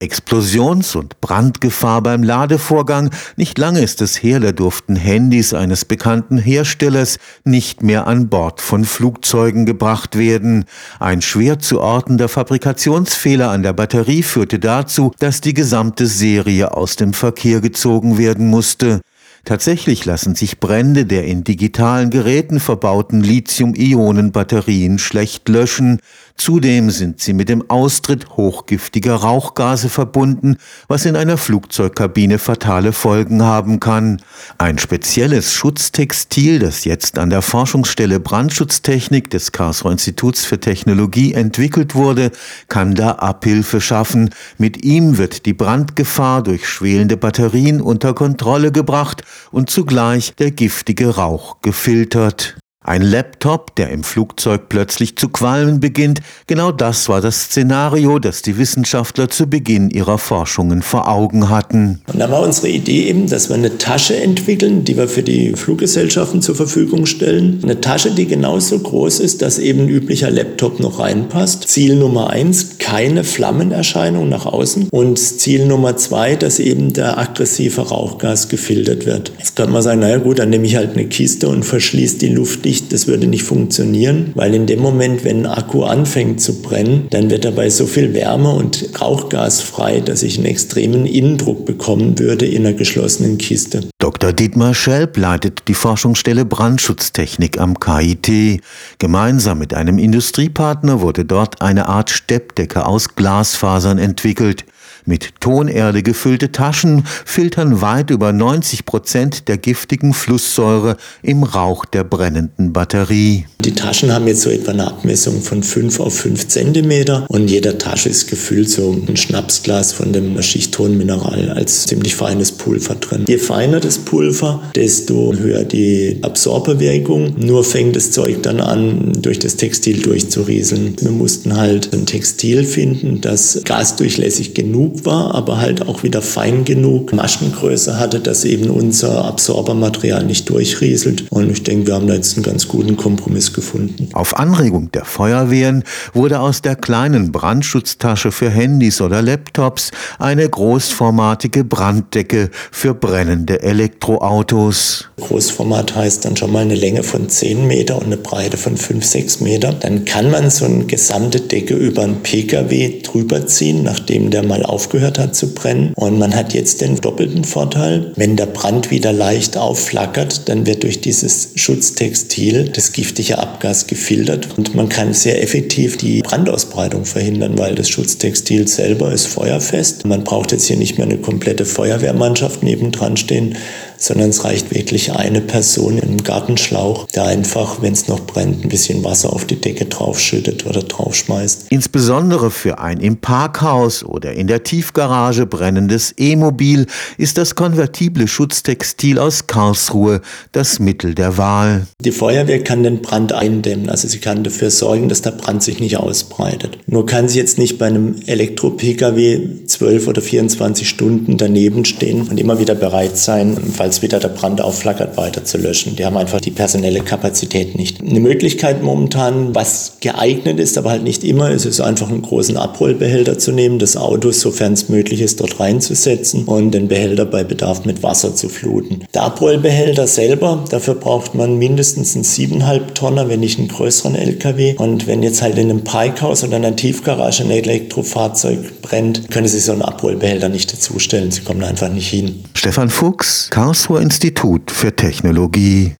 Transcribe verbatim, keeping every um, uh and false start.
Explosions- und Brandgefahr beim Ladevorgang. Nicht lange ist es her, da durften Handys eines bekannten Herstellers nicht mehr an Bord von Flugzeugen gebracht werden. Ein schwer zu ortender Fabrikationsfehler an der Batterie führte dazu, dass die gesamte Serie aus dem Verkehr gezogen werden musste. Tatsächlich lassen sich Brände der in digitalen Geräten verbauten Lithium-Ionen-Batterien schlecht löschen. Zudem sind sie mit dem Austritt hochgiftiger Rauchgase verbunden, was in einer Flugzeugkabine fatale Folgen haben kann. Ein spezielles Schutztextil, das jetzt an der Forschungsstelle Brandschutztechnik des Karlsruher Instituts für Technologie entwickelt wurde, kann da Abhilfe schaffen. Mit ihm wird die Brandgefahr durch schwelende Batterien unter Kontrolle gebracht und zugleich der giftige Rauch gefiltert. Ein Laptop, der im Flugzeug plötzlich zu qualmen beginnt, genau das war das Szenario, das die Wissenschaftler zu Beginn ihrer Forschungen vor Augen hatten. Und da war unsere Idee eben, dass wir eine Tasche entwickeln, die wir für die Fluggesellschaften zur Verfügung stellen. Eine Tasche, die genauso groß ist, dass eben ein üblicher Laptop noch reinpasst. Ziel Nummer eins, keine Flammenerscheinung nach außen. Und Ziel Nummer zwei, dass eben der aggressive Rauchgas gefiltert wird. Jetzt könnte man sagen, naja gut, dann nehme ich halt eine Kiste und verschließe die Luft. Das würde nicht funktionieren, weil in dem Moment, wenn ein Akku anfängt zu brennen, dann wird dabei so viel Wärme und Rauchgas frei, dass ich einen extremen Innendruck bekommen würde in einer geschlossenen Kiste. Doktor Dietmar Schelp leitet die Forschungsstelle Brandschutztechnik am K I T. Gemeinsam mit einem Industriepartner wurde dort eine Art Steppdecke aus Glasfasern entwickelt. Mit Tonerde gefüllte Taschen filtern weit über neunzig Prozent der giftigen Flusssäure im Rauch der brennenden Batterie. Die Taschen haben jetzt so etwa eine Abmessung von fünf auf fünf Zentimeter und jeder Tasche ist gefüllt so ein Schnapsglas von dem Schichttonmineral als ziemlich feines Pulver drin. Je feiner das Pulver, desto höher die Absorberwirkung. Nur fängt das Zeug dann an, durch das Textil durchzurieseln. Wir mussten halt ein Textil finden, das gasdurchlässig genug war, aber halt auch wieder fein genug Maschengröße hatte, dass eben unser Absorbermaterial nicht durchrieselt. Und ich denke, wir haben da jetzt einen ganz guten Kompromiss gefunden. Auf Anregung der Feuerwehren wurde aus der kleinen Brandschutztasche für Handys oder Laptops eine großformatige Branddecke für brennende Elektroautos. Großformat heißt dann schon mal eine Länge von zehn Meter und eine Breite von fünf, sechs Meter. Dann kann man so eine gesamte Decke über einen Pkw drüber ziehen, nachdem der mal aufgehört hat zu brennen. Und man hat jetzt den doppelten Vorteil. Wenn der Brand wieder leicht aufflackert, dann wird durch dieses Schutztextil das giftige Abgas gefiltert. Und man kann sehr effektiv die Brandausbreitung verhindern, weil das Schutztextil selber ist feuerfest. Man braucht jetzt hier nicht mehr eine komplette Feuerwehrmannschaft nebendran stehen, sondern es reicht wirklich eine Person im Gartenschlauch, der einfach, wenn es noch brennt, ein bisschen Wasser auf die Decke draufschüttet oder draufschmeißt. Insbesondere für ein im Parkhaus oder in der Tiefgarage brennendes E-Mobil ist das konvertible Schutztextil aus Karlsruhe das Mittel der Wahl. Die Feuerwehr kann den Brand eindämmen, also sie kann dafür sorgen, dass der Brand sich nicht ausbreitet. Nur kann sie jetzt nicht bei einem Elektro-Pkw zwölf oder vierundzwanzig Stunden daneben stehen und immer wieder bereit sein, falls wieder der Brand aufflackert, weiter zu löschen. Die haben einfach die personelle Kapazität nicht. Eine Möglichkeit momentan, was geeignet ist, aber halt nicht immer, ist es einfach einen großen Abrollbehälter zu nehmen, das Auto, sofern es möglich ist, dort reinzusetzen und den Behälter bei Bedarf mit Wasser zu fluten. Der Abrollbehälter selber, dafür braucht man mindestens einen siebeneinhalb Tonner, wenn nicht einen größeren L K W. Und wenn jetzt halt in einem Parkhaus oder einer Tiefgarage ein Elektrofahrzeug brennt, können Sie so einen Abrollbehälter nicht dazustellen. Sie kommen einfach nicht hin. Stefan Fuchs, Karlsruher Institut für Technologie.